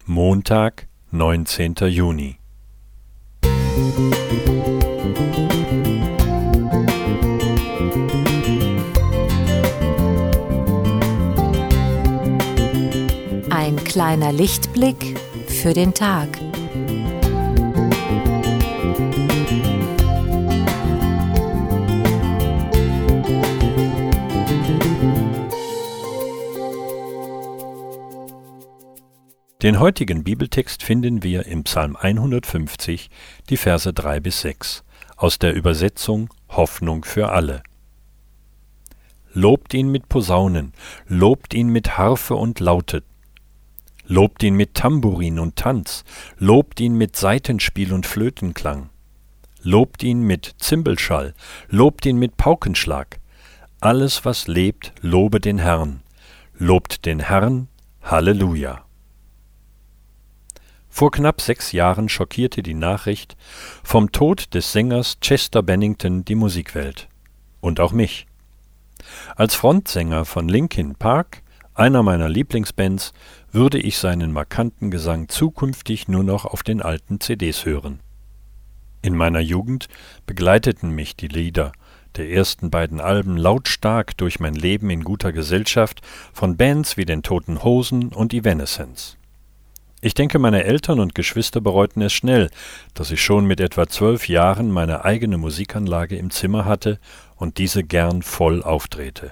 Montag, 19. Juni. Ein kleiner Lichtblick für den Tag. Den heutigen Bibeltext finden wir im Psalm 150, die Verse 3 bis 6, aus der Übersetzung Hoffnung für alle. Lobt ihn mit Posaunen, lobt ihn mit Harfe und Laute, lobt ihn mit Tambourin und Tanz, lobt ihn mit Saitenspiel und Flötenklang, lobt ihn mit Zimbelschall, lobt ihn mit Paukenschlag. Alles, was lebt, lobe den Herrn. Lobt den Herrn, Halleluja. Vor knapp 6 Jahren schockierte die Nachricht vom Tod des Sängers Chester Bennington die Musikwelt. Und auch mich. Als Frontsänger von Linkin Park, einer meiner Lieblingsbands, würde ich seinen markanten Gesang zukünftig nur noch auf den alten CDs hören. In meiner Jugend begleiteten mich die Lieder der ersten beiden Alben lautstark durch mein Leben in guter Gesellschaft von Bands wie den Toten Hosen und Evanescence. Ich denke, meine Eltern und Geschwister bereuten es schnell, dass ich schon mit etwa 12 Jahren meine eigene Musikanlage im Zimmer hatte und diese gern voll aufdrehte.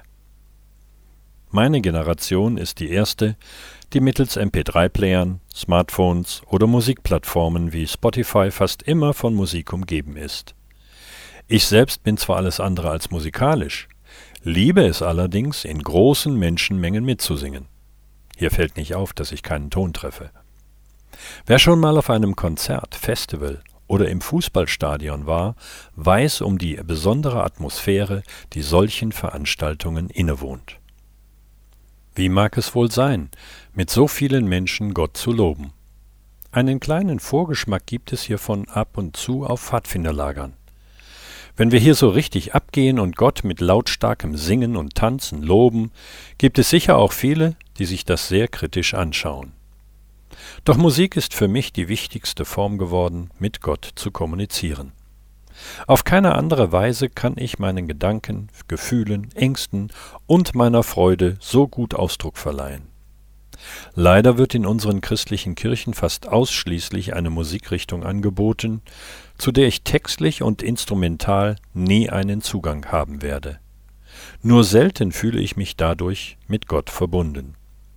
Meine Generation ist die erste, die mittels MP3-Playern, Smartphones oder Musikplattformen wie Spotify fast immer von Musik umgeben ist. Ich selbst bin zwar alles andere als musikalisch, liebe es allerdings, in großen Menschenmengen mitzusingen. Hier fällt nicht auf, dass ich keinen Ton treffe. Wer schon mal auf einem Konzert, Festival oder im Fußballstadion war, weiß um die besondere Atmosphäre, die solchen Veranstaltungen innewohnt. Wie mag es wohl sein, mit so vielen Menschen Gott zu loben? Einen kleinen Vorgeschmack gibt es hiervon ab und zu auf Pfadfinderlagern. Wenn wir hier so richtig abgehen und Gott mit lautstarkem Singen und Tanzen loben, gibt es sicher auch viele, die sich das sehr kritisch anschauen. Doch Musik ist für mich die wichtigste Form geworden, mit Gott zu kommunizieren. Auf keine andere Weise kann ich meinen Gedanken, Gefühlen, Ängsten und meiner Freude so gut Ausdruck verleihen. Leider wird in unseren christlichen Kirchen fast ausschließlich eine Musikrichtung angeboten, zu der ich textlich und instrumental nie einen Zugang haben werde. Nur selten fühle ich mich dadurch mit Gott verbunden.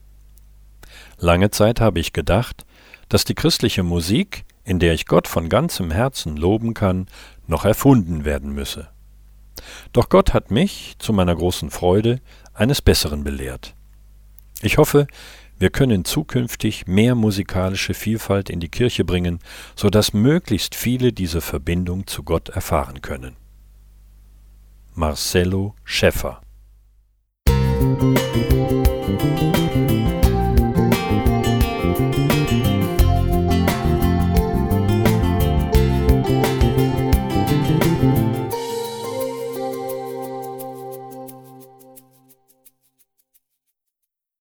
Lange Zeit habe ich gedacht, dass die christliche Musik, in der ich Gott von ganzem Herzen loben kann, noch erfunden werden müsse. Doch Gott hat mich, zu meiner großen Freude, eines Besseren belehrt. Ich hoffe, wir können zukünftig mehr musikalische Vielfalt in die Kirche bringen, sodass möglichst viele diese Verbindung zu Gott erfahren können. Marcelo Schäffer.